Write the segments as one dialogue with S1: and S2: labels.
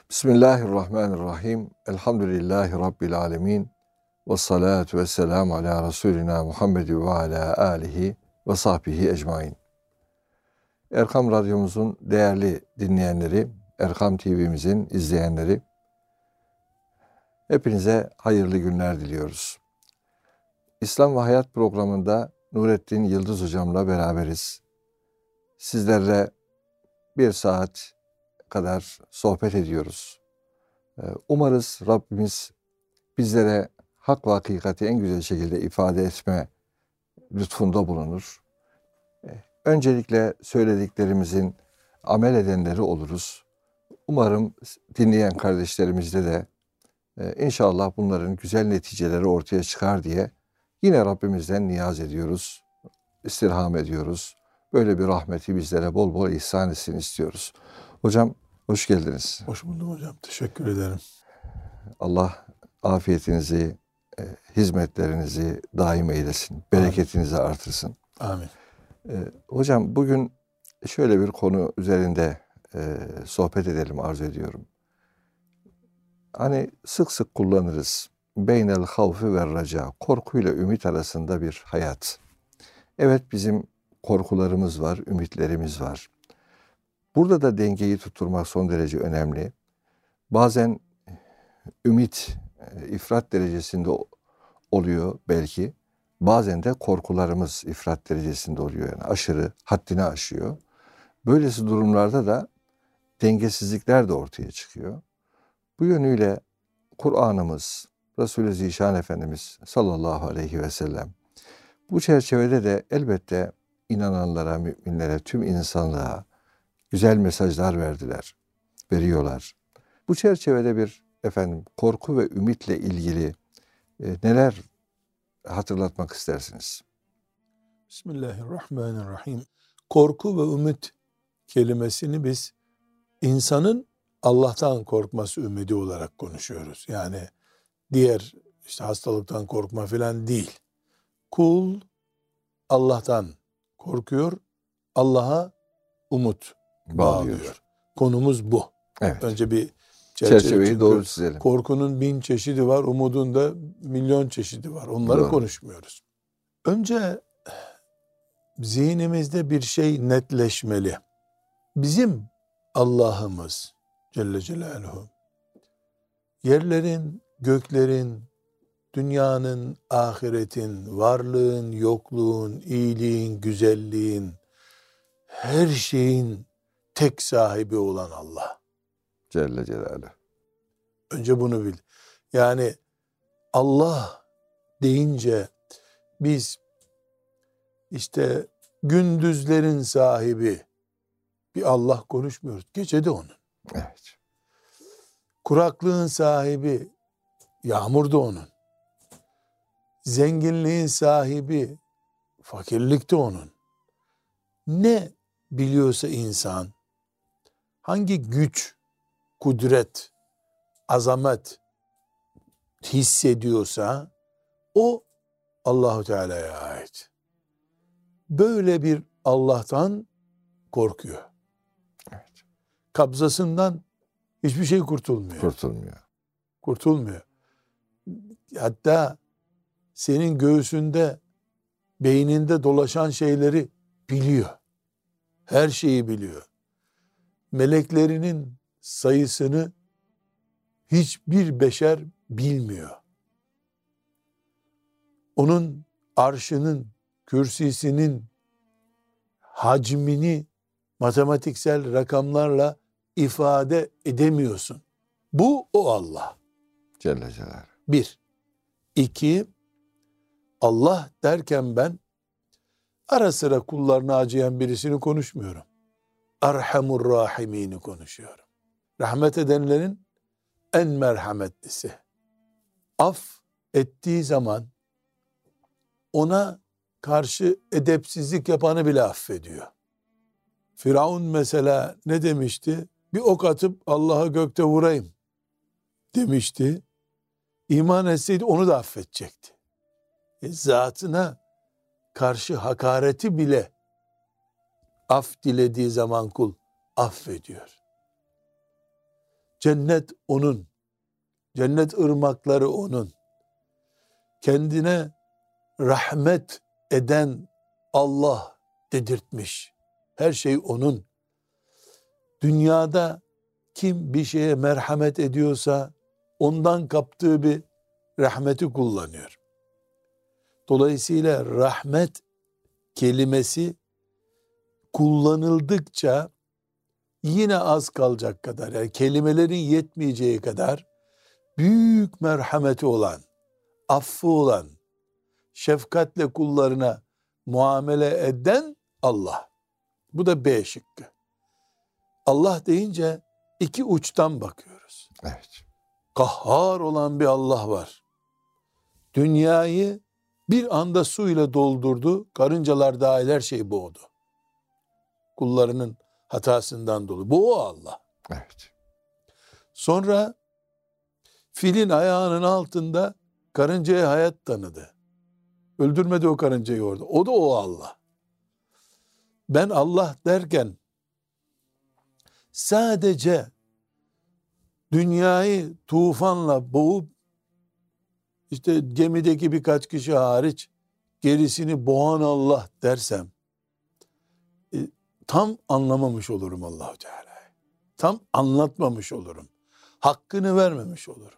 S1: Bismillahirrahmanirrahim. Elhamdülillahi Rabbil alemin. Ve salatu ve selamu ala Resulina Muhammed ve ala alihi ve sahbihi ecmain. Erkam Radyomuzun değerli dinleyenleri, Erkam TV'mizin izleyenleri, hepinize hayırlı günler diliyoruz. İslam ve Hayat programında Nurettin Yıldız Hocam'la beraberiz. Sizlerle bir saat kadar sohbet ediyoruz. Umarız Rabbimiz bizlere hak ve hakikati en güzel şekilde ifade etme lütfunda bulunur. Öncelikle söylediklerimizin amel edenleri oluruz. Umarım dinleyen kardeşlerimizde de inşallah bunların güzel neticeleri ortaya çıkar diye yine Rabbimizden niyaz ediyoruz, istirham ediyoruz. Böyle bir rahmeti bizlere bol bol ihsan etsin istiyoruz. Hocam hoş geldiniz.
S2: Hoş buldum hocam. Teşekkür ederim.
S1: Allah afiyetinizi, hizmetlerinizi daim eylesin. Bereketinizi artırsın.
S2: Amin.
S1: Hocam bugün şöyle bir konu üzerinde sohbet edelim arzu ediyorum. Hani sık sık kullanırız. Beynel havfi ve raca. Korkuyla ümit arasında bir hayat. Evet, bizim korkularımız var, ümitlerimiz var. Burada da dengeyi tutturmak son derece önemli. Bazen ümit ifrat derecesinde oluyor belki. Bazen de korkularımız ifrat derecesinde oluyor. Yani aşırı, haddini aşıyor. Böylesi durumlarda da dengesizlikler de ortaya çıkıyor. Bu yönüyle Kur'an'ımız, Resulü Zişan Efendimiz sallallahu aleyhi ve sellem bu çerçevede de elbette inananlara, müminlere, tüm insanlığa güzel mesajlar veriyorlar. Bu çerçevede bir korku ve ümitle ilgili neler hatırlatmak istersiniz?
S2: Bismillahirrahmanirrahim. Korku ve ümit kelimesini biz insanın Allah'tan korkması ümidi olarak konuşuyoruz. Yani diğer hastalıktan korkma falan değil. Kul Allah'tan korkuyor, Allah'a umut bağlıyor. Konumuz bu.
S1: Evet.
S2: Önce bir
S1: çerçeveyi doğru çizelim.
S2: Korkunun 1000 çeşidi var, umudun da milyon çeşidi var. Onları
S1: doğru
S2: konuşmuyoruz. Önce zihnimizde bir şey netleşmeli. Bizim Allah'ımız Celle Celaluhu, yerlerin, göklerin, dünyanın, ahiretin, varlığın, yokluğun, iyiliğin, güzelliğin, her şeyin tek sahibi olan Allah.
S1: Celle Celaluhu.
S2: Önce bunu bil. Yani Allah deyince biz gündüzlerin sahibi bir Allah konuşmuyoruz. Gece de onun.
S1: Evet.
S2: Kuraklığın sahibi, yağmur da onun. Zenginliğin sahibi, fakirlik de onun. Ne biliyorsa insan, hangi güç, kudret, azamet hissediyorsa o Allahu Teala'ya ait. Böyle bir Allah'tan korkuyor.
S1: Evet.
S2: Kabzasından hiçbir şey kurtulmuyor. Hatta senin göğsünde, beyninde dolaşan şeyleri biliyor. Her şeyi biliyor. Meleklerinin sayısını hiçbir beşer bilmiyor. Onun arşının, kürsisinin hacmini matematiksel rakamlarla ifade edemiyorsun. Bu o Allah.
S1: Celle Celaluhu.
S2: 1. 2. Allah derken ben ara sıra kullarına acıyan birisini konuşmuyorum. Erhamur Rahimini konuşuyorum. Rahmet edenlerin en merhametlisi. Af ettiği zaman ona karşı edepsizlik yapanı bile affediyor. Firavun mesela ne demişti? Bir ok atıp Allah'a gökte vurayım demişti. İman etseydi onu da affedecekti. Zatına karşı hakareti bile af dilediği zaman kul affediyor. Cennet onun. Cennet ırmakları onun. Kendine rahmet eden Allah dedirtmiş. Her şey onun. Dünyada kim bir şeye merhamet ediyorsa ondan kaptığı bir rahmeti kullanıyor. Dolayısıyla rahmet kelimesi kullanıldıkça yine az kalacak kadar, yani kelimelerin yetmeyeceği kadar büyük merhameti olan, affı olan, şefkatle kullarına muamele eden Allah. Bu da B şıkkı. Allah deyince iki uçtan bakıyoruz.
S1: Evet.
S2: Kahhar olan bir Allah var. Dünyayı bir anda suyla doldurdu. Karıncalar dahil her şeyi boğdu. Kullarının hatasından dolayı. Bu o Allah.
S1: Evet.
S2: Sonra filin ayağının altında karıncaya hayat tanıdı. Öldürmedi o karıncayı orada. O da o Allah. Ben Allah derken sadece dünyayı tufanla boğup işte gemideki birkaç kişi hariç gerisini boğan Allah dersem tam anlamamış olurum Allah-u Teala'yı. Tam anlatmamış olurum. Hakkını vermemiş olurum.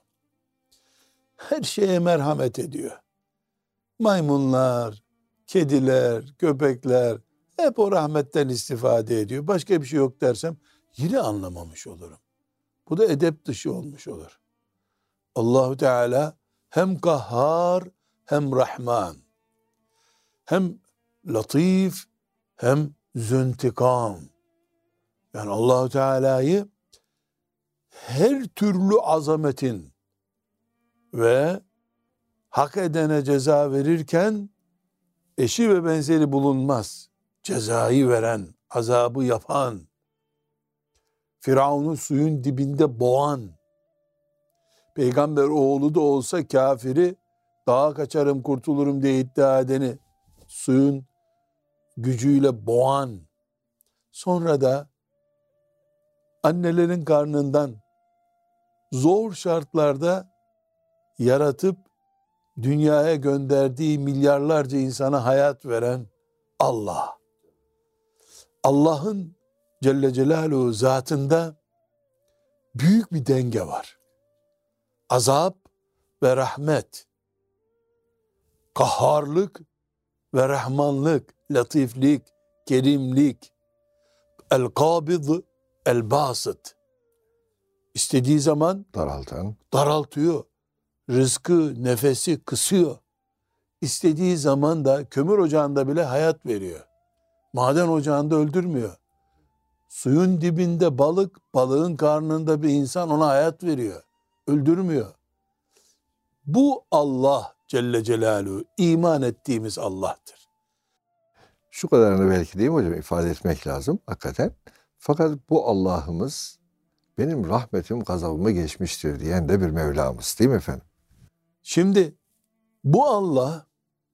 S2: Her şeye merhamet ediyor. Maymunlar, kediler, köpekler hep o rahmetten istifade ediyor. Başka bir şey yok dersem yine anlamamış olurum. Bu da edep dışı olmuş olur. Allah-u Teala hem kahhar hem rahman, hem latif hem züntikam. Yani Allah-u Teala'yı her türlü azametin ve hak edene ceza verirken eşi ve benzeri bulunmaz. Cezayı veren, azabı yapan, Firavun'u suyun dibinde boğan, peygamber oğlu da olsa kafiri dağa kaçarım kurtulurum diye iddia edeni suyun gücüyle boğan, sonra da annelerin karnından zor şartlarda yaratıp dünyaya gönderdiği milyarlarca insana hayat veren Allah. Allah'ın Celle Celaluhu zatında büyük bir denge var. Azap ve rahmet, kahharlık ve rahmanlık, latiflik, kerimlik, el-kabid, el-basit. İstediği zaman daraltıyor. Rızkı, nefesi kısıyor. İstediği zaman da kömür ocağında bile hayat veriyor. Maden ocağında öldürmüyor. Suyun dibinde balık, balığın karnında bir insan ona hayat veriyor. Öldürmüyor. Bu Allah Celle Celaluhu iman ettiğimiz Allah'tır.
S1: Şu kadarını belki değil mi hocam ifade etmek lazım hakikaten. Fakat bu Allah'ımız benim rahmetim gazabımı geçmiştir diyen de bir Mevlamız değil mi efendim?
S2: Şimdi bu Allah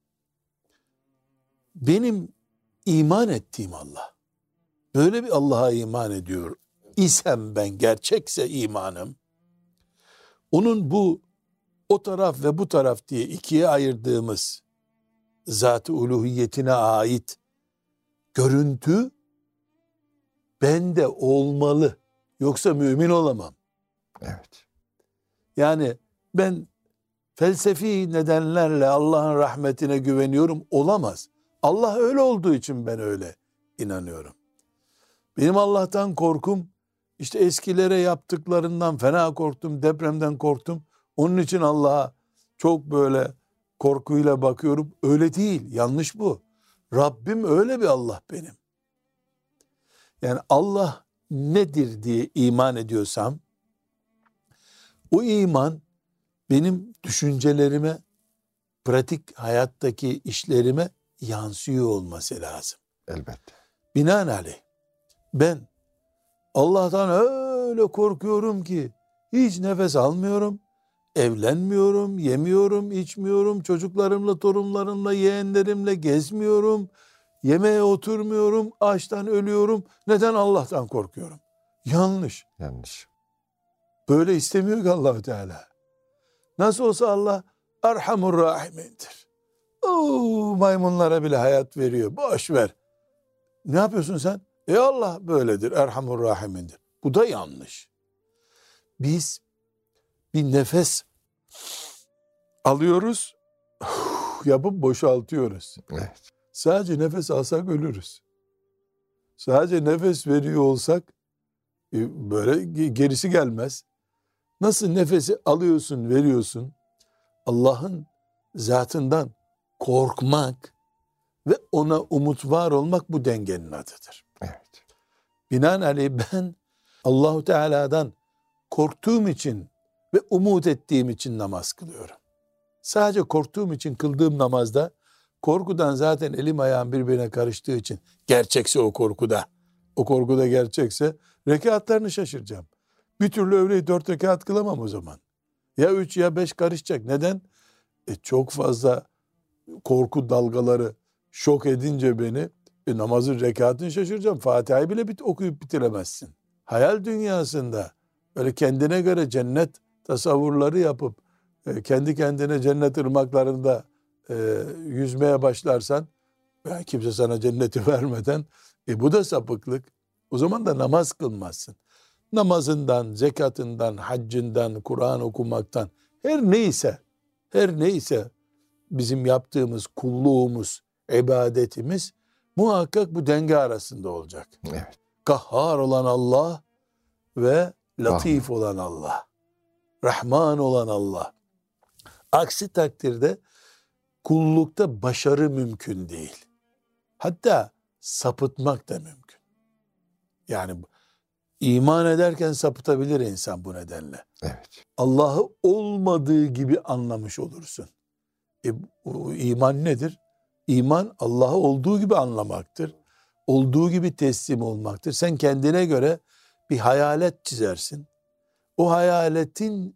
S2: benim iman ettiğim Allah. Böyle bir Allah'a iman ediyor isem ben, gerçekse imanım, onun bu o taraf ve bu taraf diye ikiye ayırdığımız zat-ı uluhiyetine ait görüntü bende olmalı. Yoksa mümin olamam.
S1: Evet.
S2: Yani ben felsefi nedenlerle Allah'ın rahmetine güveniyorum olamaz. Allah öyle olduğu için ben öyle inanıyorum. Benim Allah'tan korkum işte eskilere yaptıklarından fena korktum, depremden korktum. Onun için Allah'a çok böyle korkuyla bakıyorum. Öyle değil, yanlış bu. Rabbim öyle bir Allah benim. Yani Allah nedir diye iman ediyorsam, o iman benim düşüncelerime, pratik hayattaki işlerime yansıyor olması lazım.
S1: Elbette.
S2: Binaenaleyh ben Allah'tan öyle korkuyorum ki hiç nefes almıyorum, evlenmiyorum, yemiyorum, içmiyorum, çocuklarımla, torunlarımla, yeğenlerimle gezmiyorum, yemeğe oturmuyorum, açtan ölüyorum. Neden? Allah'tan korkuyorum. Yanlış.
S1: Yanlış.
S2: Böyle istemiyor ki Allah Teala. Nasıl olsa Allah Erhamur Rahimindir. Maymunlara bile hayat veriyor. Boş ver. Ne yapıyorsun sen? Allah böyledir. Erhamur Rahimindir. Bu da yanlış. Biz bir nefes alıyoruz, yapıp boşaltıyoruz.
S1: Evet.
S2: Sadece nefes alsak ölürüz. Sadece nefes veriyor olsak böyle gerisi gelmez. Nasıl nefesi alıyorsun, veriyorsun? Allah'ın zatından korkmak ve ona umut var olmak bu dengenin adıdır.
S1: Evet.
S2: Binaenaleyh ben Allahu Teala'dan korktuğum için ve umut ettiğim için namaz kılıyorum. Sadece korktuğum için kıldığım namazda, korkudan zaten elim ayağım birbirine karıştığı için, gerçekse o korkuda gerçekse rekatlarını şaşıracağım. Bir türlü öğleyi 4 rekat kılamam o zaman. Ya 3 ya 5 karışacak. Neden? Çok fazla korku dalgaları şok edince beni, namazın rekatını şaşıracağım. Fatiha'yı bile okuyup bitiremezsin. Hayal dünyasında böyle kendine göre cennet tasavvurları yapıp kendi kendine cennet ırmaklarında yüzmeye başlarsan, yani kimse sana cenneti vermeden, bu da sapıklık. O zaman da namaz kılmazsın. Namazından, zekatından, haccından, Kur'an okumaktan, her neyse bizim yaptığımız kulluğumuz, ibadetimiz muhakkak bu denge arasında olacak.
S1: Evet.
S2: Kahhar olan Allah ve latif olan Allah. Rahman olan Allah. Aksi takdirde kullukta başarı mümkün değil. Hatta sapıtmak da mümkün. Yani iman ederken sapıtabilir insan bu nedenle.
S1: Evet.
S2: Allah'ı olmadığı gibi anlamış olursun. O iman nedir? İman Allah'ı olduğu gibi anlamaktır. Olduğu gibi teslim olmaktır. Sen kendine göre bir hayalet çizersin. O hayaletin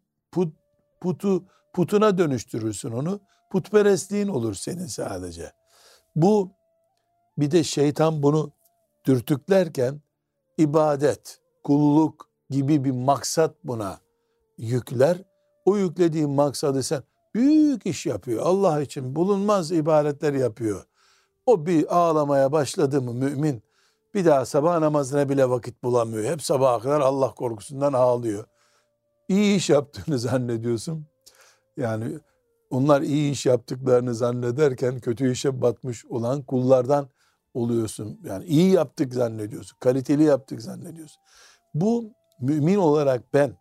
S2: putuna dönüştürürsün onu. Putperestliğin olur senin sadece. Bu, bir de şeytan bunu dürtüklerken ibadet, kulluk gibi bir maksat buna yükler. O yüklediğin maksadı sen büyük iş yapıyor. Allah için bulunmaz ibadetler yapıyor. O bir ağlamaya başladı mı mümin, bir daha sabah namazına bile vakit bulamıyor. Hep sabaha kadar Allah korkusundan ağlıyor. İyi iş yaptığını zannediyorsun. Yani onlar iyi iş yaptıklarını zannederken kötü işe batmış olan kullardan oluyorsun. Yani iyi yaptık zannediyorsun. Kaliteli yaptık zannediyorsun. Bu mümin olarak ben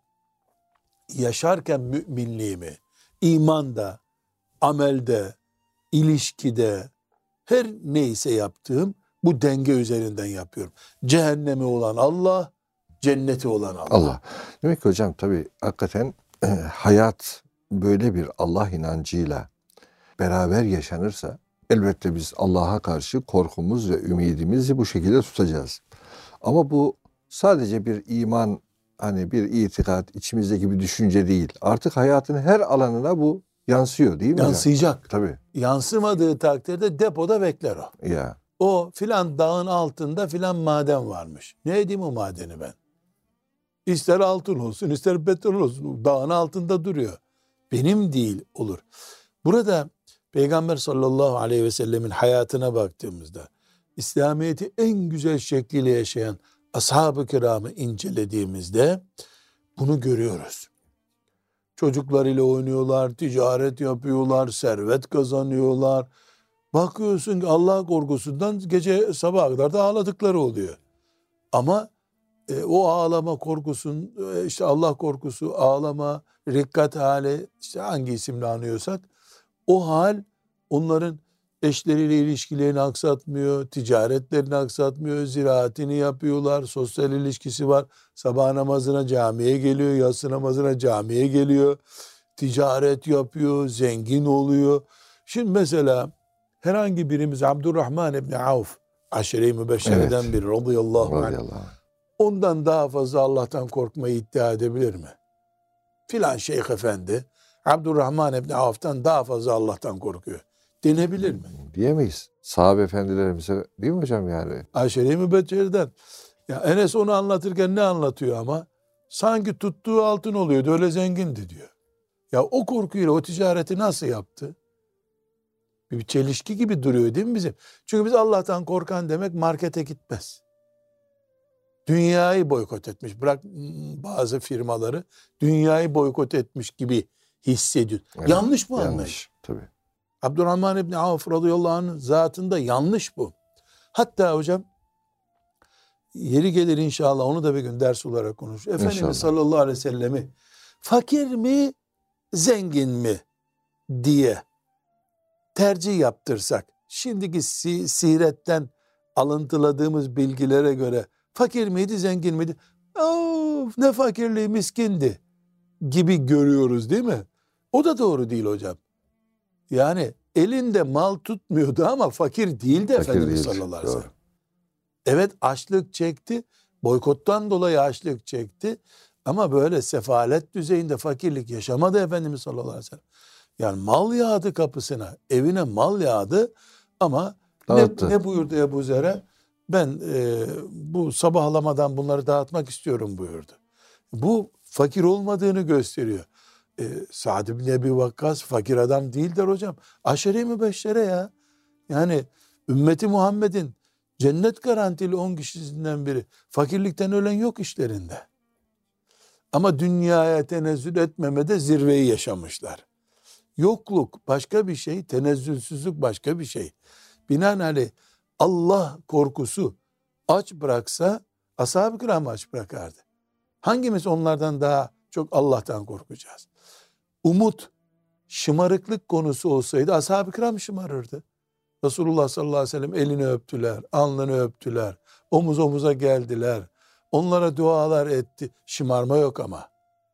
S2: yaşarken müminliğimi imanda, amelde, ilişkide, her neyse yaptığım bu denge üzerinden yapıyorum. Cehennemi olan Allah, cenneti olan Allah.
S1: Allah. Demek ki hocam tabii hakikaten hayat böyle bir Allah inancıyla beraber yaşanırsa elbette biz Allah'a karşı korkumuz ve ümidimizi bu şekilde tutacağız. Ama bu sadece bir iman, hani bir itikat, içimizdeki bir düşünce değil. Artık hayatın her alanına bu yansıyor değil mi?
S2: Yansıyacak.
S1: Hocam? Tabii.
S2: Yansımadığı takdirde depoda bekler o.
S1: Ya.
S2: O filan dağın altında filan maden varmış. Ne edeyim o madeni ben? İster altın olsun, ister petrol olsun. Dağın altında duruyor. Benim değil olur. Burada Peygamber sallallahu aleyhi ve sellemin hayatına baktığımızda İslamiyet'i en güzel şekliyle yaşayan ashab-ı kiramı incelediğimizde bunu görüyoruz. Çocuklarıyla oynuyorlar, ticaret yapıyorlar, servet kazanıyorlar. Bakıyorsun ki Allah korkusundan gece sabaha kadar da ağladıkları oluyor. Ama o ağlama korkusun, işte Allah korkusu, ağlama, rikkat hali, işte hangi isimle anıyorsak, o hal onların eşleriyle ilişkilerini aksatmıyor, ticaretlerini aksatmıyor, ziraatini yapıyorlar, sosyal ilişkisi var. Sabah namazına camiye geliyor, yatsı namazına camiye geliyor, ticaret yapıyor, zengin oluyor. Şimdi mesela herhangi birimiz Abdurrahman İbni Avf, aşire-i mübeşşereden biri radıyallahu anh, ondan daha fazla Allah'tan korkmayı iddia edebilir mi? Filan şeyh efendi Abdurrahman İbni Avf'tan daha fazla Allah'tan korkuyor denebilir mi?
S1: Diyemeyiz. Sahabe efendilerimize değil mi hocam yani?
S2: Aşire-i mübeşşereden. Ya Enes onu anlatırken ne anlatıyor ama? sanki tuttuğu altın oluyordu, öyle zengindi diyor. Ya o korkuyla o ticareti nasıl yaptı? Bir çelişki gibi duruyor değil mi bizim? Çünkü biz Allah'tan korkan demek markete gitmez. Dünyayı boykot etmiş. Bırak bazı firmaları, dünyayı boykot etmiş gibi hissediyor.
S1: Evet,
S2: Yanlış bu
S1: yanlış,
S2: anlayış.
S1: tabii.
S2: Abdurrahman İbni Avf radıyallahu anh'ın zatında yanlış bu. Hatta hocam yeri gelir inşallah onu da bir gün ders olarak konuşur. Efendimiz
S1: İnşallah.
S2: sallallahu aleyhi ve sellemi fakir mi zengin mi diye tercih yaptırsak, şimdiki siretten alıntıladığımız bilgilere göre fakir miydi zengin miydi? Of, ne fakirliği, miskindi gibi görüyoruz değil mi? O da doğru değil hocam. Yani elinde mal tutmuyordu ama fakir değildi
S1: Fakir
S2: Efendimiz
S1: değil,
S2: sallallahu aleyhi ve
S1: doğru.
S2: sellem. Evet, açlık çekti. Boykottan dolayı açlık çekti. Ama böyle sefalet düzeyinde fakirlik yaşamadı Efendimiz sallallahu aleyhi ve sellem. Yani mal yağdı kapısına, evine mal yağdı ama
S1: Dağıttı.
S2: ne buyurdu Ebu Zer'e? Ben bu sabahlamadan bunları dağıtmak istiyorum buyurdu. Bu fakir olmadığını gösteriyor. Sa'd ibn Ebi Vakkas fakir adam değildir hocam. Aşere-i mübeşşere ya. Yani ümmeti Muhammed'in cennet garantili 10 kişisinden biri. Fakirlikten ölen yok işlerinde. Ama dünyaya tenezzül etmemede zirveyi yaşamışlar. Yokluk başka bir şey, tenezzülsüzlük başka bir şey. Binaenaleyh Allah korkusu aç bıraksa ashab-ı kiram aç bırakardı. Hangimiz onlardan daha çok Allah'tan korkacağız? Umut, şımarıklık konusu olsaydı ashab-ı kiram şımarırdı. Resulullah sallallahu aleyhi ve sellem elini öptüler, alnını öptüler, omuz omuza geldiler. Onlara dualar etti. Şımarma yok ama.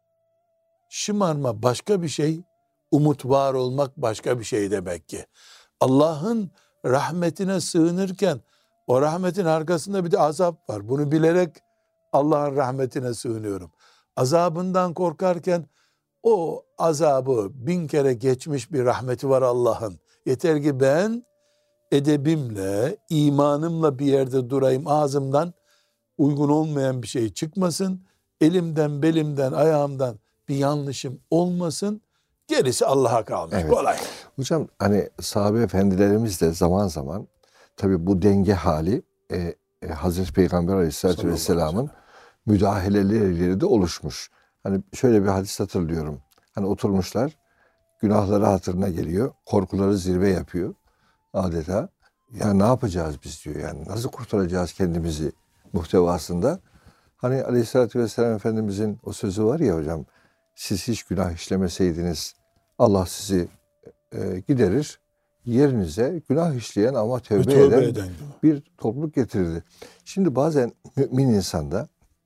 S2: Şımarma başka bir şey, umut var olmak başka bir şey demek ki. Allah'ın rahmetine sığınırken o rahmetin arkasında bir de azap var. Bunu bilerek Allah'ın rahmetine sığınıyorum. Azabından korkarken o azabı 1000 kere geçmiş bir rahmeti var Allah'ın. Yeter ki ben edebimle, imanımla bir yerde durayım, ağzımdan uygun olmayan bir şey çıkmasın, elimden, belimden, ayağımdan bir yanlışım olmasın, gerisi Allah'a kalmış.
S1: Evet.
S2: Kolay.
S1: Hocam hani sahabe efendilerimiz de zaman zaman tabii bu denge hali Hazreti Peygamber Aleyhisselatü
S2: Sallallahu aleyhi ve
S1: Vesselam'ın müdahaleleriyle de oluşmuş. Hani şöyle bir hadis hatırlıyorum. Hani oturmuşlar, günahları hatırına geliyor, korkuları zirve yapıyor adeta. Ya ne yapacağız biz diyor, yani nasıl kurtaracağız kendimizi muhtevasında. Hani Aleyhisselatü Vesselam Efendimizin o sözü var ya hocam, siz hiç günah işlemeseydiniz Allah sizi giderir, yerinize günah işleyen ama tövbe eden bir topluluk getirirdi. Şimdi bazen mümin insanda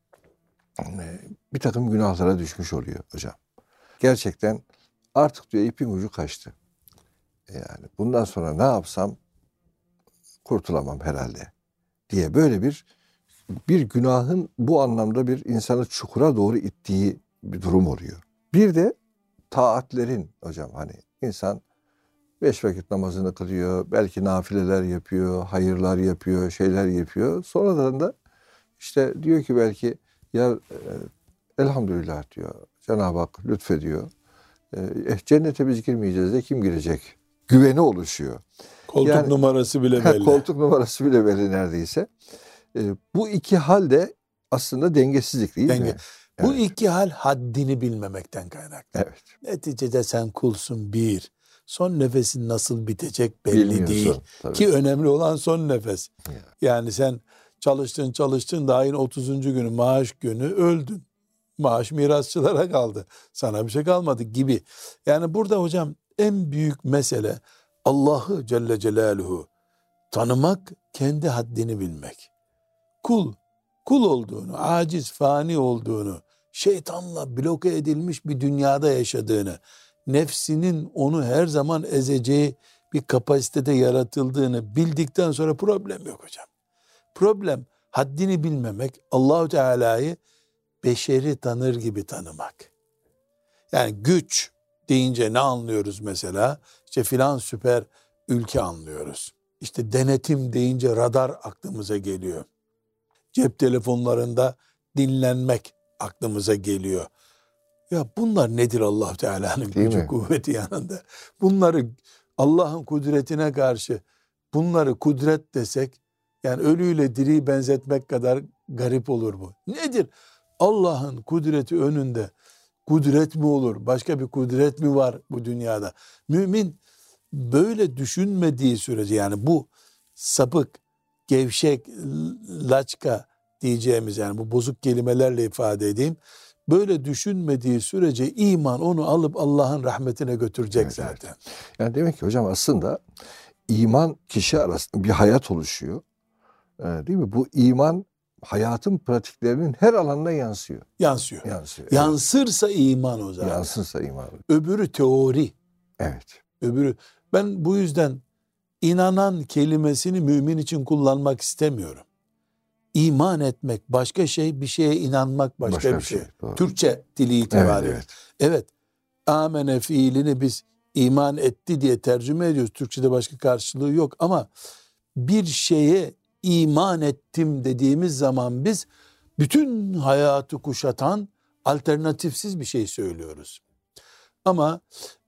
S1: bir takım günahlara düşmüş oluyor hocam. Gerçekten artık diyor ipin ucu kaçtı. Yani bundan sonra ne yapsam kurtulamam herhalde diye böyle bir günahın bu anlamda bir insanı çukura doğru ittiği bir durum oluyor. Bir de taatlerin hocam, hani insan 5 vakit namazını kılıyor, belki nafileler yapıyor, hayırlar yapıyor, şeyler yapıyor. Sonradan da işte diyor ki belki ya elhamdülillah diyor, Cenab-ı Hak lütfediyor. Cennete biz girmeyeceğiz de kim girecek? Güveni oluşuyor.
S2: Koltuk numarası bile belli.
S1: Koltuk numarası bile belli neredeyse. Bu iki hal de aslında dengesizlik değil mi?
S2: Bu iki hal haddini bilmemekten kaynaklı.
S1: Evet.
S2: Neticede sen kulsun bir. Son nefesin nasıl bitecek belli değil.
S1: Tabii.
S2: Ki önemli olan son nefes. Yani sen çalıştın daha yine 30. günü maaş günü öldün. Maaş mirasçılara kaldı. Sana bir şey kalmadı gibi. Yani burada hocam en büyük mesele Allah'ı Celle Celaluhu tanımak, kendi haddini bilmek. Kul olduğunu, aciz, fani olduğunu, şeytanla bloke edilmiş bir dünyada yaşadığını, nefsinin onu her zaman ezeceği bir kapasitede yaratıldığını bildikten sonra problem yok hocam. Problem haddini bilmemek, Allahu Teala'yı beşeri tanır gibi tanımak. Yani güç deyince ne anlıyoruz mesela? İşte filan süper ülke anlıyoruz. İşte denetim deyince radar aklımıza geliyor. Cep telefonlarında dinlenmek aklımıza geliyor. Ya bunlar nedir Allah Teala'nın
S1: Değil
S2: gücü
S1: mi?
S2: kuvveti yanında? Bunları Allah'ın kudretine karşı bunları kudret desek, yani ölüyle diriyi benzetmek kadar garip olur bu. Nedir? Allah'ın kudreti önünde kudret mi olur? Başka bir kudret mi var bu dünyada? Mümin böyle düşünmediği sürece, yani bu sapık, gevşek, laçka diyeceğimiz, yani bu bozuk kelimelerle ifade edeyim, böyle düşünmediği sürece iman onu alıp Allah'ın rahmetine götürecek
S1: Evet,
S2: zaten.
S1: evet. Yani demek ki hocam aslında iman kişi arasında bir hayat oluşuyor. Değil mi? Bu iman hayatın pratiklerinin her alanına yansıyor.
S2: Yansıyor.
S1: Yansıyor. Evet.
S2: Yansırsa iman o zaten.
S1: Yansırsa iman.
S2: Öbürü teori.
S1: Evet.
S2: Öbürü. Ben bu yüzden inanan kelimesini mümin için kullanmak istemiyorum. İman etmek başka şey, bir şeye inanmak başka bir şey.
S1: Doğru.
S2: Türkçe dili itibariyle.
S1: Evet,
S2: Evet. Amene fiilini biz iman etti diye tercüme ediyoruz. Türkçe'de başka karşılığı yok ama bir şeye iman ettim dediğimiz zaman biz bütün hayatı kuşatan alternatifsiz bir şey söylüyoruz. Ama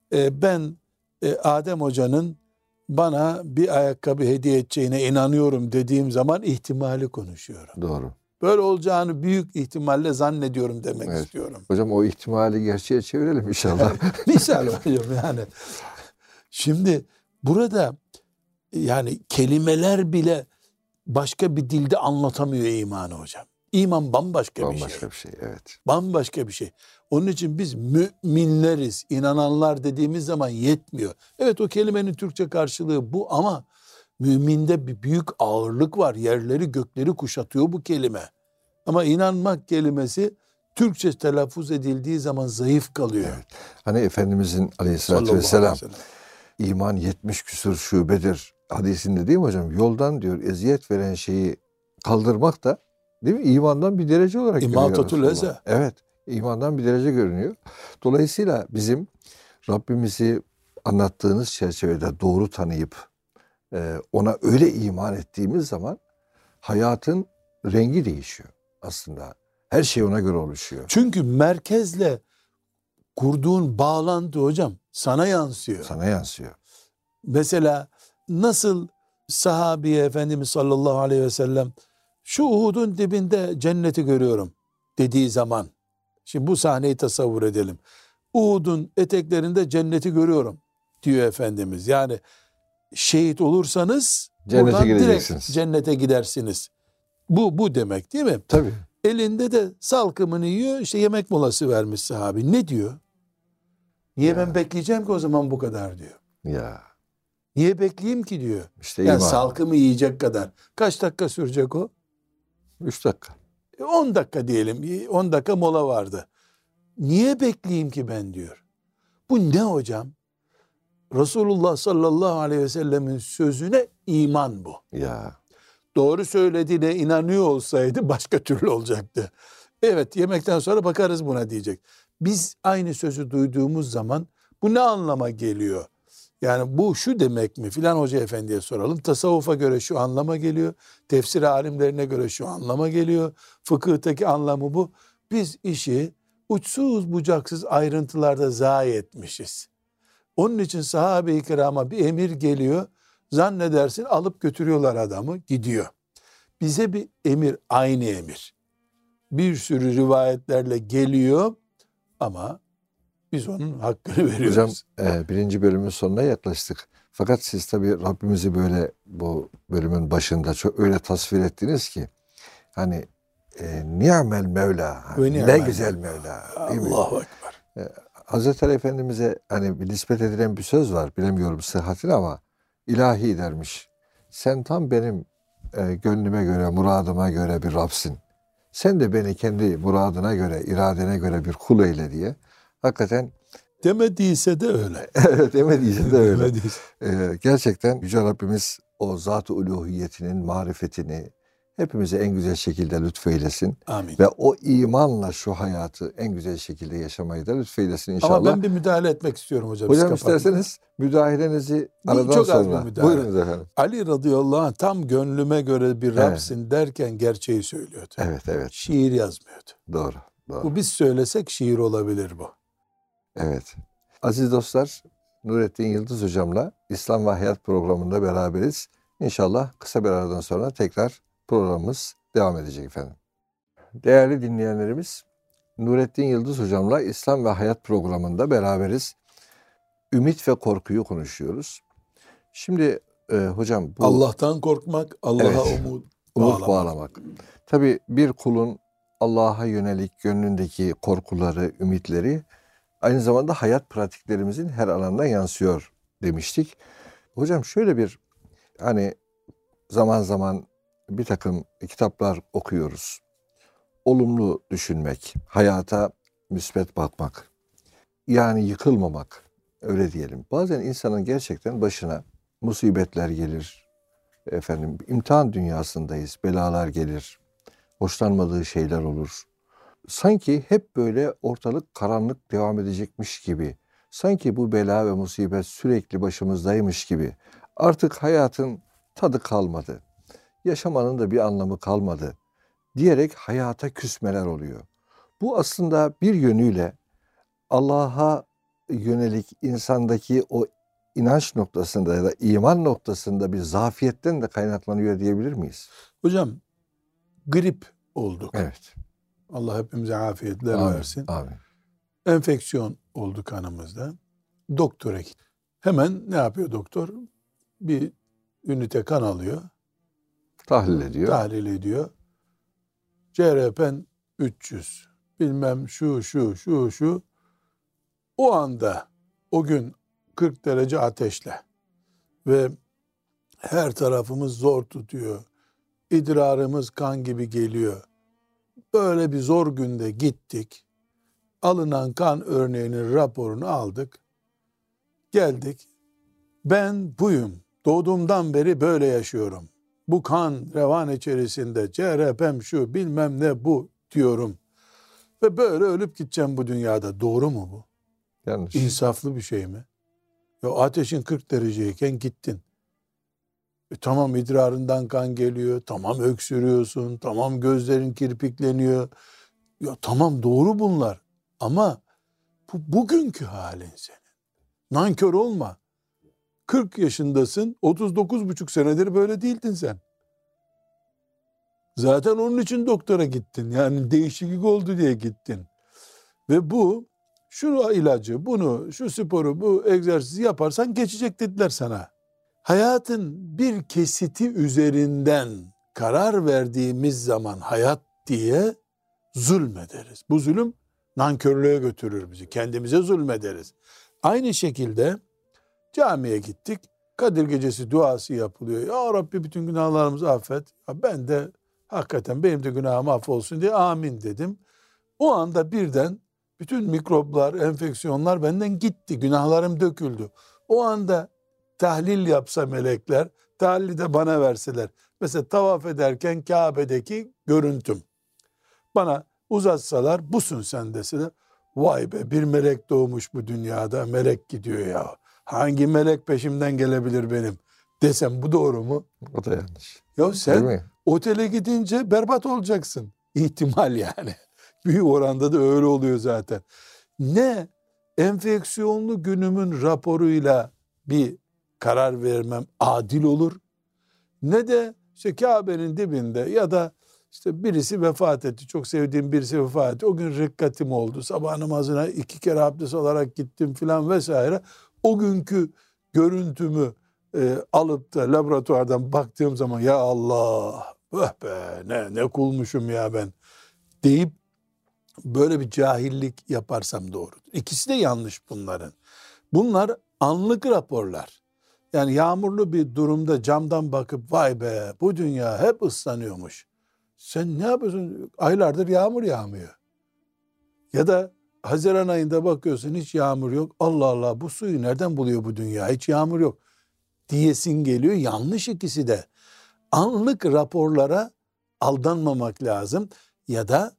S2: ben Adem Hoca'nın bana bir ayakkabı hediye edeceğine inanıyorum dediğim zaman ihtimali konuşuyorum.
S1: Doğru.
S2: Böyle olacağını büyük ihtimalle zannediyorum demek
S1: Evet.
S2: istiyorum.
S1: Hocam o ihtimali gerçeğe çevirelim inşallah.
S2: Misal hocam yani. Şimdi burada yani kelimeler bile başka bir dilde anlatamıyor imanı hocam. İman bambaşka bir şey.
S1: Bambaşka bir şey, evet.
S2: Bambaşka bir şey. Onun için biz müminleriz, inananlar dediğimiz zaman yetmiyor. Evet, o kelimenin Türkçe karşılığı bu ama müminde bir büyük ağırlık var. Yerleri gökleri kuşatıyor bu kelime. Ama inanmak kelimesi Türkçe telaffuz edildiği zaman zayıf kalıyor.
S1: Evet. Hani Efendimizin aleyhissalatü
S2: Sallallahu
S1: vesselam
S2: aleyhi ve sellem.
S1: iman 70 küsur şubedir hadisinde değil mi hocam? Yoldan diyor eziyet veren şeyi kaldırmak da değil mi? İmandan bir derece olarak görüyor
S2: İmatatul
S1: Resulullah.
S2: eze.
S1: Evet. İmandan bir derece görünüyor. Dolayısıyla bizim Rabbimizi anlattığınız çerçevede doğru tanıyıp ona öyle iman ettiğimiz zaman hayatın rengi değişiyor aslında. Her şey ona göre oluşuyor.
S2: Çünkü merkezle kurduğun bağlantı hocam sana yansıyor.
S1: Sana yansıyor.
S2: Mesela nasıl sahabiye Efendimiz sallallahu aleyhi ve sellem şu Uhud'un dibinde cenneti görüyorum dediği zaman, şimdi bu sahneyi tasavvur edelim. Uhud'un eteklerinde cenneti görüyorum diyor Efendimiz. Yani şehit olursanız
S1: Cennete
S2: buradan direkt
S1: gideceksiniz.
S2: cennete gidersiniz. Bu demek değil mi?
S1: Tabii.
S2: Elinde de salkımını yiyor, işte yemek molası vermiş sahabi. Ne diyor? Niye ben bekleyeceğim ki o zaman bu kadar diyor.
S1: Ya
S2: Niye bekleyeyim ki diyor.
S1: işte
S2: Yani
S1: iman.
S2: salkımı yiyecek kadar. Kaç dakika sürecek o?
S1: 3 dakika.
S2: 10 dakika diyelim. 10 dakika mola vardı. Niye bekleyeyim ki ben diyor. Bu ne hocam? Resulullah sallallahu aleyhi ve sellemin sözüne iman bu.
S1: Ya
S2: Doğru söylediğine inanıyor olsaydı başka türlü olacaktı. Evet, yemekten sonra bakarız buna diyecek. Biz aynı sözü duyduğumuz zaman bu ne anlama geliyor? Yani bu şu demek mi filan hoca efendiye soralım. Tasavvufa göre şu anlama geliyor. Tefsir alimlerine göre şu anlama geliyor. Fıkıhtaki anlamı bu. Biz işi uçsuz bucaksız ayrıntılarda zayi etmişiz. Onun için sahabe-i kirama bir emir geliyor. Zannedersin alıp götürüyorlar adamı, gidiyor. Bize bir emir, aynı emir. Bir sürü rivayetlerle geliyor ama biz onun hakkını veriyoruz.
S1: hocam birinci bölümün sonuna yaklaştık. Fakat siz tabii Rabbimizi böyle bu bölümün başında çok öyle tasvir ettiniz ki hani ni'mel Mevla,
S2: Ve
S1: ne
S2: ni'mel
S1: güzel Mevla. Değil mi?
S2: Allahu Ekber.
S1: Hazreti Ali Efendimiz'e hani bir nispet edilen bir söz var. Bilemiyorum sıhhatini ama ilahi dermiş. Sen tam benim gönlüme göre, muradıma göre bir Rab'sin. Sen de beni kendi muradına göre, iradene göre bir kul eyle diye. Hakikaten
S2: Demediyse de öyle.
S1: evet demediyse de öyle.
S2: Demediyse.
S1: Gerçekten Yüce Rabbimiz o zat-ı uluhiyetinin marifetini hepimize en güzel şekilde lütfeylesin.
S2: Amin.
S1: Ve o imanla şu hayatı en güzel şekilde yaşamayı da lütfeylesin inşallah.
S2: Ama ben bir müdahale etmek istiyorum hocam.
S1: Hocam
S2: Siz kapatın.
S1: isterseniz müdahalenizi aradan
S2: çok az bir
S1: sonra.
S2: müdahale.
S1: Buyurunuz efendim.
S2: Ali radıyallahu anh tam gönlüme göre bir
S1: Evet.
S2: Rab'sin derken gerçeği söylüyordu.
S1: Evet evet
S2: Şiir yazmıyordu.
S1: doğru. Doğru.
S2: Bu biz söylesek şiir olabilir bu.
S1: Evet. Aziz dostlar, Nurettin Yıldız hocamla İslam ve Hayat programında beraberiz. İnşallah kısa bir aradan sonra tekrar programımız devam edecek efendim. Değerli dinleyenlerimiz, Nurettin Yıldız hocamla İslam ve Hayat programında beraberiz. Ümit ve korkuyu konuşuyoruz. Şimdi hocam bu
S2: Allah'tan korkmak, Allah'a umut
S1: bağlamak. Tabii bir kulun Allah'a yönelik gönlündeki korkuları, ümitleri aynı zamanda hayat pratiklerimizin her alanına yansıyor demiştik. Hocam şöyle bir hani zaman zaman bir takım kitaplar okuyoruz. Olumlu düşünmek, hayata müsbet bakmak, yani yıkılmamak, öyle diyelim. Bazen insanın gerçekten başına musibetler gelir. Efendim, imtihan dünyasındayız, belalar gelir, hoşlanmadığı şeyler olur. Sanki hep böyle ortalık karanlık devam edecekmiş gibi, sanki bu bela ve musibet sürekli başımızdaymış gibi, artık hayatın tadı kalmadı, yaşamanın da bir anlamı kalmadı diyerek hayata küsmeler oluyor. Bu aslında bir yönüyle Allah'a yönelik insandaki o inanç noktasında ya da iman noktasında bir zafiyetten de kaynaklanıyor diyebilir miyiz?
S2: Hocam, grip olduk.
S1: Evet.
S2: Allah hepimize afiyetler
S1: Amin.
S2: versin.
S1: Amin.
S2: Enfeksiyon oldu kanımızda. Doktora git. Hemen ne yapıyor doktor? Bir ünite kan alıyor.
S1: Tahlil ediyor.
S2: Tahlil ediyor. CRP'n 300. Bilmem şu. O anda, o gün 40 derece ateşle ve her tarafımız zor tutuyor. İdrarımız kan gibi geliyor. Böyle bir zor günde gittik. Alınan kan örneğinin raporunu aldık. Geldik. Ben buyum. Doğduğumdan beri böyle yaşıyorum. Bu kan revan içerisinde CRP'm şu bilmem ne bu diyorum. Ve böyle ölüp gideceğim bu dünyada. Doğru mu bu?
S1: Yanlış.
S2: İnsaflı bir şey mi? Ya ateşin 40 dereceyken gittin. Tamam idrarından kan geliyor. Tamam öksürüyorsun. Tamam gözlerin kirpikleniyor. Ya tamam doğru bunlar. Ama bu bugünkü halin senin. Nankör olma. 40 yaşındasın. 39,5 senedir böyle değildin sen. Zaten onun için doktora gittin. Yani değişiklik oldu diye gittin. Ve bu şu ilacı, bunu, şu sporu, bu egzersizi yaparsan geçecek dediler sana. Hayatın bir kesiti üzerinden karar verdiğimiz zaman hayat diye zulmederiz. Bu zulüm nankörlüğe götürür bizi. Kendimize zulmederiz. Aynı şekilde camiye gittik. Kadir Gecesi duası yapılıyor. Ya Rabbi bütün günahlarımızı affet. Ya ben de hakikaten benim de günahım affolsun diye amin dedim. O anda birden bütün mikroplar, enfeksiyonlar benden gitti. Günahlarım döküldü. O anda tahlil yapsa melekler, tahlili de bana verseler. Mesela tavaf ederken Kabe'deki görüntüm. Bana uzatsalar, busun sen deseler. Vay be, bir melek doğmuş bu dünyada, melek gidiyor ya. Hangi melek peşimden gelebilir benim desem bu doğru mu?
S1: O da yanlış.
S2: Ya
S1: Değil
S2: sen
S1: mi?
S2: otele gidince berbat olacaksın. İhtimal yani. Büyük oranda da öyle oluyor zaten. Ne enfeksiyonlu günümün raporuyla bir karar vermem adil olur, ne de işte Kabe'nin dibinde ya da işte birisi vefat etti. Çok sevdiğim birisi vefat etti. O gün rikkatim oldu. Sabah namazına 2 kere abdest alarak gittim filan vesaire. O günkü görüntümü alıp da laboratuvardan baktığım zaman ya Allah, öh be ne kulmuşum ya ben deyip böyle bir cahillik yaparsam doğrudur. İkisi de yanlış bunların. Bunlar anlık raporlar. Yani yağmurlu bir durumda camdan bakıp vay be bu dünya hep ıslanıyormuş. Sen ne yapıyorsun? Aylardır yağmur yağmıyor. Ya da Haziran ayında bakıyorsun hiç yağmur yok. Allah Allah bu suyu nereden buluyor bu dünya? Hiç yağmur yok diyesin geliyor. Yanlış ikisi de. Anlık raporlara aldanmamak lazım ya da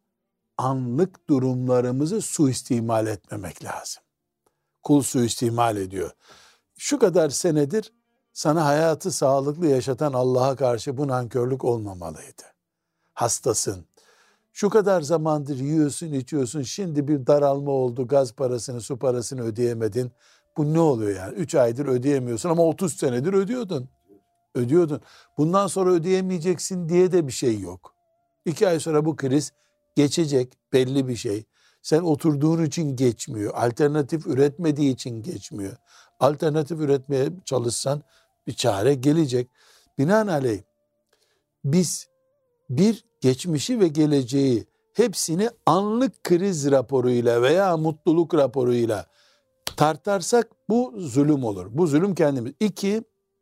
S2: anlık durumlarımızı suistimal etmemek lazım. Kul suistimal ediyor. Şu kadar senedir sana hayatı sağlıklı yaşatan Allah'a karşı bu nankörlük olmamalıydı. Hastasın. Şu kadar zamandır yiyorsun, içiyorsun. Şimdi bir daralma oldu. Gaz parasını, su parasını ödeyemedin. Bu ne oluyor yani? 3 aydır ödeyemiyorsun ama 30 senedir ödüyordun. Ödüyordun. Bundan sonra ödeyemeyeceksin diye de bir şey yok. 2 ay sonra bu kriz geçecek, belli bir şey. Sen oturduğun için geçmiyor. Alternatif üretmediği için geçmiyor. Alternatif üretmeye çalışsan bir çare gelecek. Binaenaleyh biz bir geçmişi ve geleceği hepsini anlık kriz raporuyla veya mutluluk raporuyla tartarsak bu zulüm olur. Bu zulüm kendimiz. 2,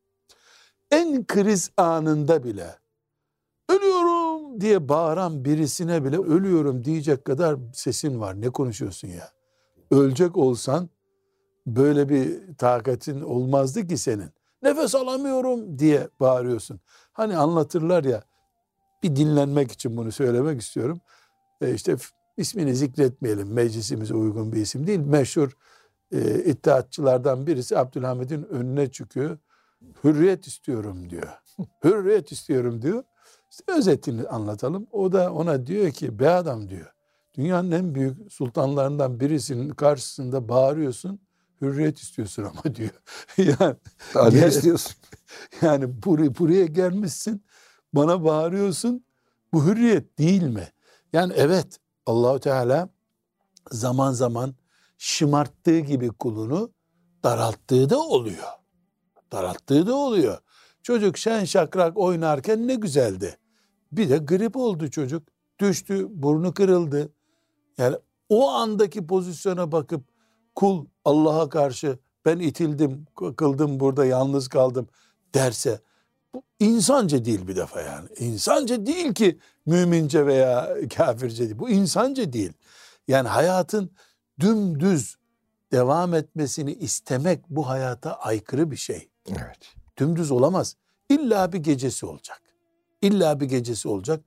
S2: en kriz anında bile ölüyorum diye bağıran birisine bile ölüyorum diyecek kadar sesin var. Ne konuşuyorsun ya? Ölecek olsan böyle bir takatin olmazdı ki senin. Nefes alamıyorum diye bağırıyorsun. Hani anlatırlar ya, bir dinlenmek için bunu söylemek istiyorum. İşte ismini zikretmeyelim. Meclisimize uygun bir isim değil. Meşhur İttihatçılardan birisi Abdülhamid'in önüne çıkıyor. Hürriyet istiyorum diyor. Hürriyet istiyorum diyor. İşte özetini anlatalım. O da ona diyor ki, be adam diyor, dünyanın en büyük sultanlarından birisinin karşısında bağırıyorsun, hürriyet istiyorsun ama diyor. Yani
S1: Ne istiyorsun?
S2: yani buraya gelmişsin, bana bağırıyorsun. Bu hürriyet değil mi? Yani evet, Allahu Teala zaman zaman şımarttığı gibi kulunu daralttığı da oluyor. Daralttığı da oluyor. Çocuk şen şakrak oynarken ne güzeldi. Bir de grip oldu çocuk. Düştü, burnu kırıldı. Yani o andaki pozisyona bakıp kul Allah'a karşı ben itildim, kıldım burada, yalnız kaldım derse, bu insanca değil bir defa yani. İnsanca değil ki mümince veya kafirce değil. Bu insanca değil. Yani hayatın dümdüz devam etmesini istemek bu hayata aykırı bir şey.
S1: Evet.
S2: Dümdüz olamaz. İlla bir gecesi olacak. İlla bir gecesi olacak.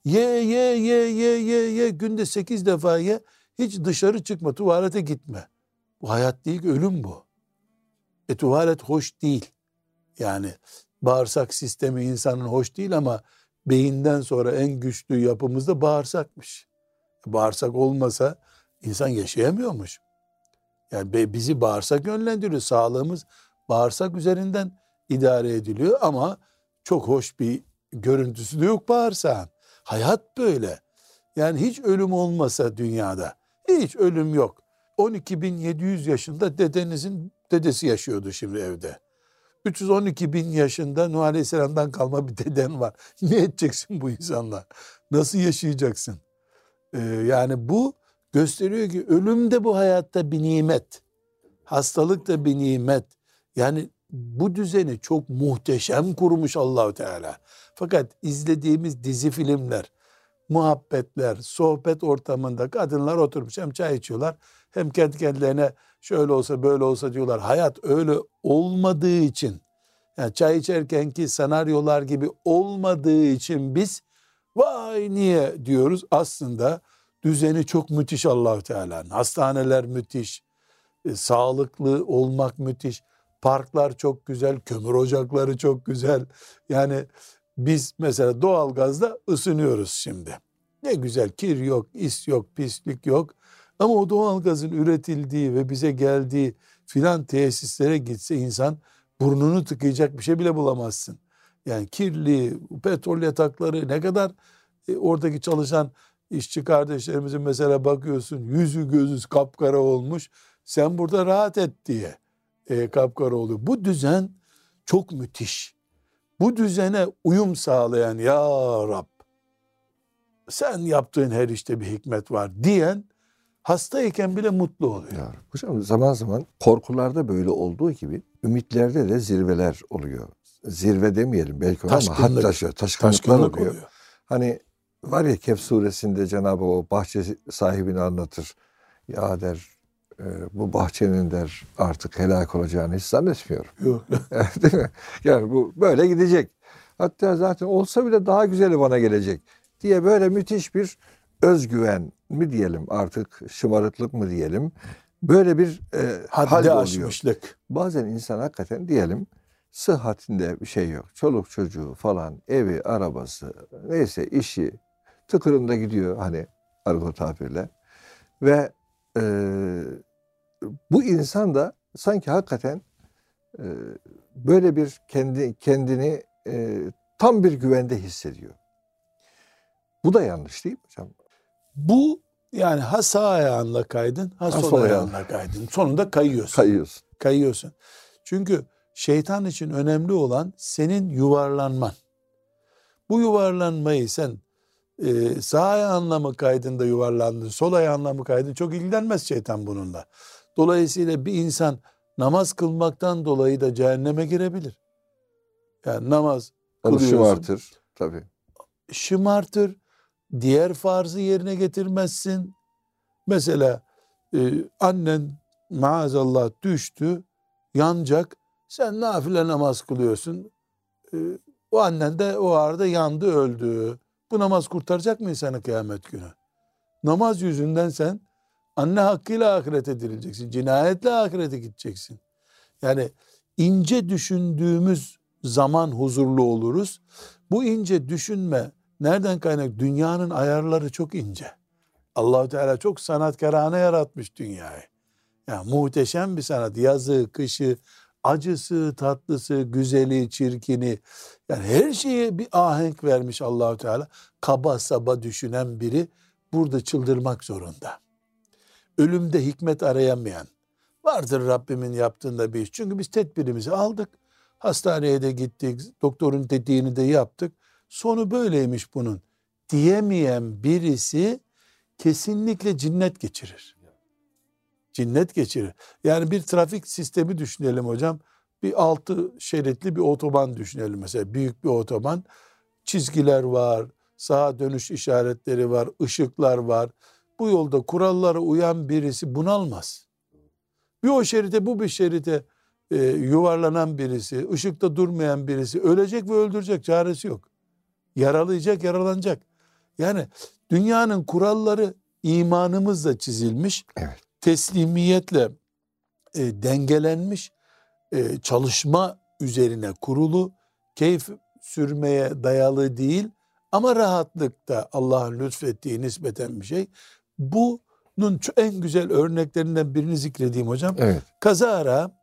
S2: Ye. Günde 8 defa ye. Hiç dışarı çıkma, tuvalete gitme. Bu hayat değil, ölüm bu. Tuvalet hoş değil. Yani bağırsak sistemi insanın hoş değil ama beyinden sonra en güçlü yapımız da bağırsakmış. Bağırsak olmasa insan yaşayamıyormuş. Yani bizi bağırsak yönlendiriyor. Sağlığımız bağırsak üzerinden idare ediliyor ama çok hoş bir görüntüsü de yok bağırsağın. Hayat böyle. Yani hiç ölüm olmasa dünyada, hiç ölüm yok. 12.700 yaşında dedenizin dedesi yaşıyordu şimdi evde. 312.000 yaşında Nuh Aleyhisselam'dan kalma bir deden var. Ne edeceksin bu insanlar? Nasıl yaşayacaksın? Yani bu gösteriyor ki ölüm de bu hayatta bir nimet. Hastalık da bir nimet. Yani bu düzeni çok muhteşem kurmuş Allah-u Teala. Fakat izlediğimiz dizi filmler, muhabbetler, sohbet ortamında kadınlar oturmuş hem çay içiyorlar hem kendi kendilerine şöyle olsa böyle olsa diyorlar. Hayat öyle olmadığı için, yani çay içerkenki senaryolar gibi olmadığı için biz vay niye diyoruz. Aslında düzeni çok müthiş Allah-u Teala'nın. Hastaneler müthiş, sağlıklı olmak müthiş, parklar çok güzel, kömür ocakları çok güzel. Yani biz mesela doğalgazda ısınıyoruz şimdi. Ne güzel, kir yok, is yok, pislik yok. Ama o doğalgazın üretildiği ve bize geldiği filan tesislere gitse insan burnunu tıkayacak bir şey bile bulamazsın. Yani kirli, petrol yatakları ne kadar oradaki çalışan işçi kardeşlerimizin mesela bakıyorsun yüzü gözü kapkara olmuş. Sen burada rahat et diye kapkara oluyor. Bu düzen çok müthiş. Bu düzene uyum sağlayan ya Rab sen yaptığın her işte bir hikmet var diyen hastayken bile mutlu oluyor.
S1: Ya, hocam zaman zaman korkularda böyle olduğu gibi ümitlerde de zirveler oluyor. Zirve demeyelim belki ona ama hatta şöyle taşkınlıklar oluyor. Hani var ya Kehf suresinde Cenab-ı Hak o bahçe sahibini anlatır. Ya der bu bahçenin der artık helak olacağını hiç zannetmiyorum.
S2: Yok.
S1: Değil mi? Yani bu böyle gidecek. Hatta zaten olsa bile daha güzeli bana gelecek diye böyle müthiş bir özgüven mi diyelim artık şımarıklık mı diyelim. Böyle bir hal oluyor.
S2: Aşmışlık.
S1: Bazen insan hakikaten diyelim sıhhatinde bir şey yok. Çoluk çocuğu falan evi arabası neyse işi tıkırında gidiyor hani argo tabirle. Ve bu insan da sanki hakikaten böyle bir kendini tam bir güvende hissediyor. Bu da yanlış değil mi hocam?
S2: Bu yani ha sağ ayağınla kaydın, ha sol
S1: sol
S2: ayağınla kaydın. Sonunda kayıyorsun.
S1: Kayıyorsun.
S2: Kayıyorsun. Çünkü şeytan için önemli olan senin yuvarlanman. Bu yuvarlanmayı sen sağ ayağınla mı kaydın da yuvarlandın, sol ayağınla mı kaydın, çok ilgilenmez şeytan bununla. Dolayısıyla bir insan namaz kılmaktan dolayı da cehenneme girebilir. Yani namaz
S1: Onu
S2: kılıyorsun.
S1: şımartır tabii.
S2: Şımartır. Diğer farzı yerine getirmezsin. Mesela annen maazallah düştü, yanacak. Sen nafile namaz kılıyorsun. O annen de o arada yandı, öldü. Bu namaz kurtaracak mı insanı kıyamet günü? Namaz yüzünden sen anne hakkıyla ahirete dirileceksin. Cinayetle ahirete gideceksin. Yani ince düşündüğümüz zaman huzurlu oluruz. Bu ince düşünme nereden kaynak? Dünyanın ayarları çok ince. Allah-u Teala çok sanatkarane yaratmış dünyayı. Yani muhteşem bir sanat. Yazı, kışı, acısı, tatlısı, güzeli, çirkini. Yani her şeye bir ahenk vermiş Allah-u Teala. Kaba saba düşünen biri burada çıldırmak zorunda. Ölümde hikmet arayamayan, vardır Rabbimin yaptığında bir iş. Çünkü biz tedbirimizi aldık. Hastaneye de gittik. Doktorun dediğini de yaptık. Sonu böyleymiş bunun diyemeyen birisi kesinlikle cinnet geçirir. Cinnet geçirir. Yani bir trafik sistemi düşünelim hocam. Bir 6 şeritli bir otoban düşünelim mesela. Büyük bir otoban. Çizgiler var. Sağa dönüş işaretleri var. Işıklar var. Bu yolda kurallara uyan birisi bunalmaz. Bir o şerite bu bir şerite yuvarlanan birisi, ışıkta durmayan birisi ölecek ve öldürecek, çaresi yok. Yaralayacak, yaralanacak. Yani dünyanın kuralları imanımızla çizilmiş,
S1: Evet.
S2: teslimiyetle dengelenmiş, çalışma üzerine kurulu, keyif sürmeye dayalı değil ama rahatlıkta Allah'ın lütfettiği nispeten bir şey. Bunun en güzel örneklerinden birini zikredeyim hocam.
S1: Evet.
S2: Kazara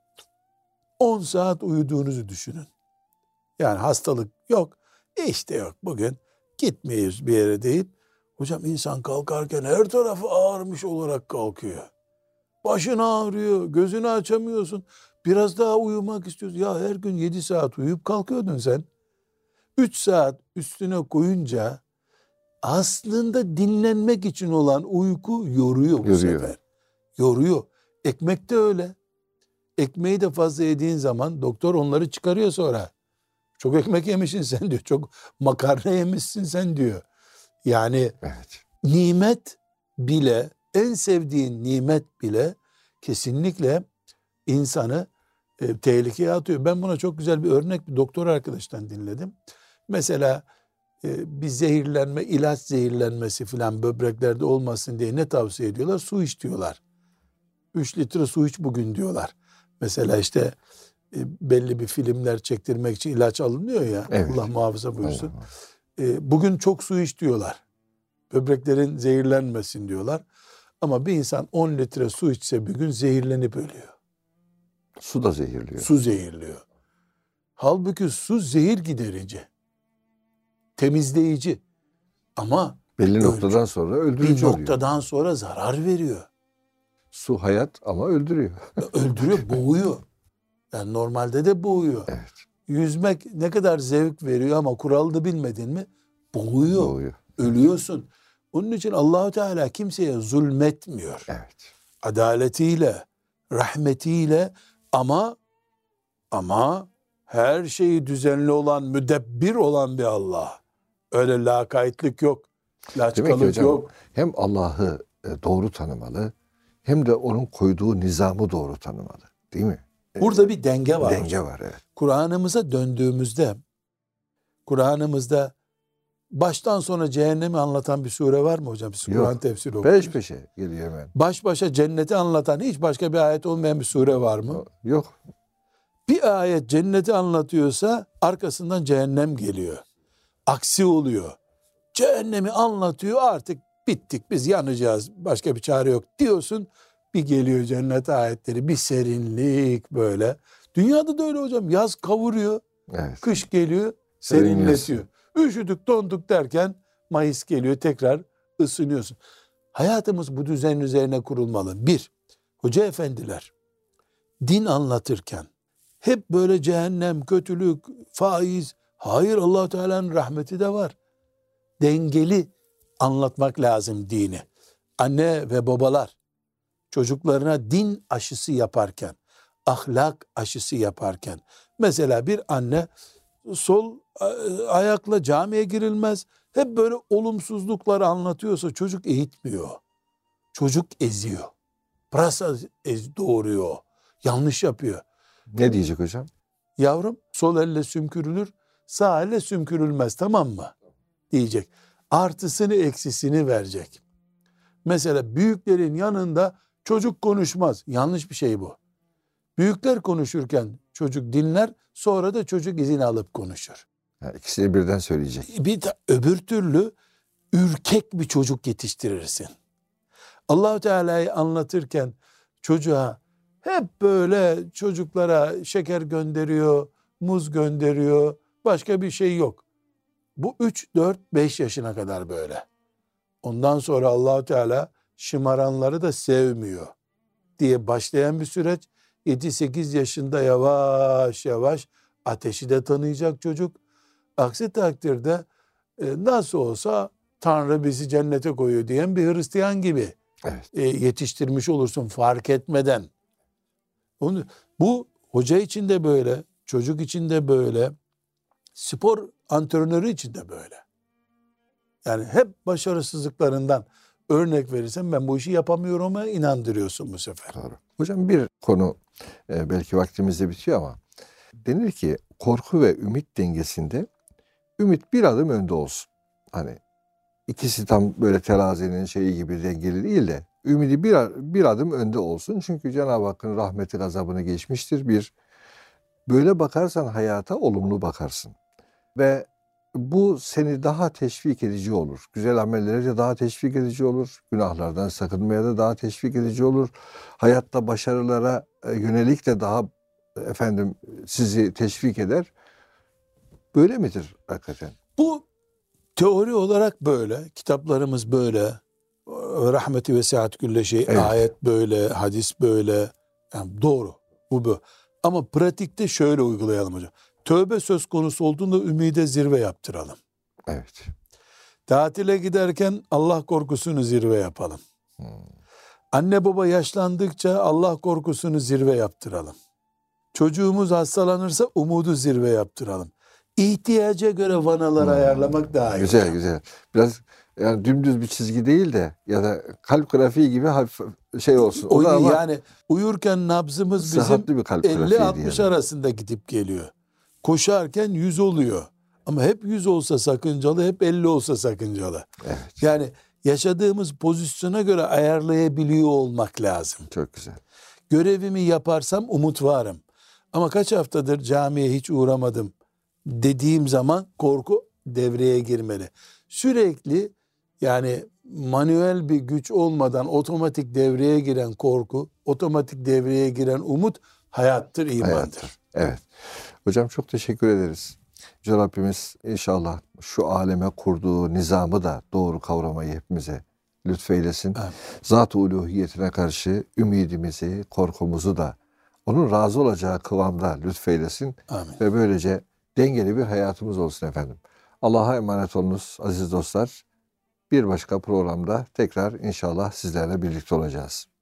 S2: 10 saat uyuduğunuzu düşünün. Yani hastalık yok, işte yok bugün gitmeyiz bir yere deyip, hocam insan kalkarken her tarafı ağrımış olarak kalkıyor. Başın ağrıyor, gözünü açamıyorsun. Biraz daha uyumak istiyorsun. Ya her gün 7 saat uyuyup kalkıyordun sen. 3 saat üstüne koyunca aslında dinlenmek için olan uyku yoruyor bu sefer. Yoruyor. Ekmek de öyle. Ekmeği de fazla yediğin zaman doktor onları çıkarıyor sonra. Çok ekmek yemişsin sen diyor. Çok makarna yemişsin sen diyor. Yani
S1: Evet.
S2: nimet bile, en sevdiğin nimet bile kesinlikle insanı tehlikeye atıyor. Ben buna çok güzel bir örnek bir doktor arkadaştan dinledim. Mesela bir zehirlenme, ilaç zehirlenmesi filan böbreklerde olmasın diye ne tavsiye ediyorlar? Su iç diyorlar. 3 litre su iç bugün diyorlar. Mesela işte belli bir filmler çektirmek için ilaç alınıyor ya.
S1: Evet.
S2: Allah muhafaza buyursun.
S1: Allah.
S2: Bugün çok su iç diyorlar. Böbreklerin zehirlenmesin diyorlar. Ama bir insan 10 litre su içse bir gün zehirlenip ölüyor.
S1: Su da zehirliyor.
S2: Su zehirliyor. Halbuki su zehir giderici. Temizleyici. Ama
S1: Belli noktadan sonra öldürücü
S2: bir
S1: oluyor.
S2: noktadan sonra zarar veriyor.
S1: Su hayat ama öldürüyor.
S2: Öldürüyor, boğuyor. Yani normalde de boğuyor.
S1: Evet.
S2: Yüzmek ne kadar zevk veriyor ama kuralını bilmedin mi boğuyor.
S1: Boğuyor.
S2: Ölüyorsun. Onun için Allah-u Teala kimseye zulmetmiyor.
S1: Evet.
S2: Adaletiyle, rahmetiyle ama her şeyi düzenli olan, müdebbir olan bir Allah. Öyle lakaytlık yok.
S1: Demek ki
S2: Laçkalık
S1: hocam
S2: yok.
S1: hem Allah'ı doğru tanımalı hem de onun koyduğu nizamı doğru tanımalı. Değil mi?
S2: Burada bir denge var.
S1: Denge var, evet.
S2: Kur'an'ımıza döndüğümüzde, Kur'an'ımızda baştan sona cehennemi anlatan bir sure var mı hocam? Biz Kur'an tefsiri okuyoruz.
S1: Peş peşe geliyor hemen.
S2: Baş başa cenneti anlatan hiç başka bir ayet olmayan bir sure var mı?
S1: Yok.
S2: Bir ayet cenneti anlatıyorsa arkasından cehennem geliyor. Aksi oluyor. Cehennemi anlatıyor, artık bittik, biz yanacağız, başka bir çare yok diyorsun. Bir geliyor cennet ayetleri, bir serinlik böyle. Dünyada da öyle hocam, yaz kavuruyor,
S1: Evet.
S2: kış geliyor serinletiyor. Üşüdük donduk derken Mayıs geliyor, tekrar ısınıyorsun. Hayatımız bu düzen üzerine kurulmalı. Bir, hoca efendiler din anlatırken hep böyle cehennem, kötülük, faiz, hayır, Allah Teala'nın rahmeti de var. Dengeli anlatmak lazım dini. Anne ve babalar çocuklarına din aşısı yaparken, ahlak aşısı yaparken, mesela bir anne sol ayakla camiye girilmez, hep böyle olumsuzlukları anlatıyorsa çocuk eğitmiyor. Çocuk eziyor. Pırasa doğuruyor. Yanlış yapıyor.
S1: Ne diyecek hocam?
S2: Yavrum, sol elle sümkürülür, sağ elle sümkürülmez, tamam mı? Diyecek. Artısını eksisini verecek. Mesela büyüklerin yanında çocuk konuşmaz. Yanlış bir şey bu. Büyükler konuşurken çocuk dinler, sonra da çocuk izin alıp konuşur.
S1: Ha, ikisini birden söyleyecek.
S2: Öbür türlü ürkek bir çocuk yetiştirirsin. Allah-u Teala'yı anlatırken çocuğa hep böyle çocuklara şeker gönderiyor, muz gönderiyor, başka bir şey yok. Bu 3, 4, 5 yaşına kadar böyle. Ondan sonra Allah-u Teala şımaranları da sevmiyor diye başlayan bir süreç. 7-8 yaşında yavaş yavaş ateşi de tanıyacak çocuk. Aksi takdirde nasıl olsa Tanrı bizi cennete koyuyor diyen bir Hristiyan gibi
S1: Evet.
S2: yetiştirmiş olursun fark etmeden. Bu hoca için de böyle, çocuk için de böyle, spor antrenörü için de böyle. Yani hep başarısızlıklarından örnek verirsen ben bu işi yapamıyorum ama inandırıyorsun bu sefer.
S1: Doğru. Hocam bir konu belki vaktimizde bitiyor ama denir ki korku ve ümit dengesinde ümit bir adım önde olsun. Hani ikisi tam böyle terazinin şeyi gibi dengeli değil de ümidi bir adım önde olsun. Çünkü Cenab-ı Hakk'ın rahmeti gazabını geçmiştir. Böyle bakarsan hayata olumlu bakarsın. Ve bu seni daha teşvik edici olur. Güzel amellere de daha teşvik edici olur. Günahlardan sakınmaya da daha teşvik edici olur. Hayatta başarılara yönelik de daha sizi teşvik eder. Böyle midir hakikaten?
S2: Bu teori olarak böyle, kitaplarımız böyle, rahmeti vesiat külle şey,
S1: Evet.
S2: ayet böyle, hadis böyle, yani doğru, bu. Ama pratikte şöyle uygulayalım hocam. Tövbe söz konusu olduğunda ümide zirve yaptıralım.
S1: Evet.
S2: Tatile giderken Allah korkusunu zirve yapalım. Anne baba yaşlandıkça Allah korkusunu zirve yaptıralım. Çocuğumuz hastalanırsa umudu zirve yaptıralım. İhtiyaca göre vanaları ayarlamak daha iyi.
S1: Güzel güzel. Biraz yani dümdüz bir çizgi değil de ya da kalp grafiği gibi hafif şey olsun. O da ama
S2: yani uyurken nabzımız bizim
S1: sıhhatli bir kalp grafiği
S2: 50-60
S1: diyelim.
S2: arasında gidip geliyor. Koşarken 100 oluyor. Ama hep 100 olsa sakıncalı, hep 50 olsa sakıncalı.
S1: Evet.
S2: Yani yaşadığımız pozisyona göre ayarlayabiliyor olmak lazım.
S1: Çok güzel.
S2: Görevimi yaparsam umut varım. Ama kaç haftadır camiye hiç uğramadım dediğim zaman korku devreye girmeli. Sürekli yani manuel bir güç olmadan otomatik devreye giren korku, otomatik devreye giren umut hayattır, imandır.
S1: Hayattır. Evet. Hocam çok teşekkür ederiz. Yüce Rabbimiz inşallah şu aleme kurduğu nizamı da doğru kavramayı hepimize lütfeylesin.
S2: Amin.
S1: Zat-ı uluhiyetine karşı ümidimizi, korkumuzu da onun razı olacağı kıvamda lütfeylesin.
S2: Amin.
S1: Ve böylece dengeli bir hayatımız olsun efendim. Allah'a emanet olunuz aziz dostlar. Bir başka programda tekrar inşallah sizlerle birlikte olacağız.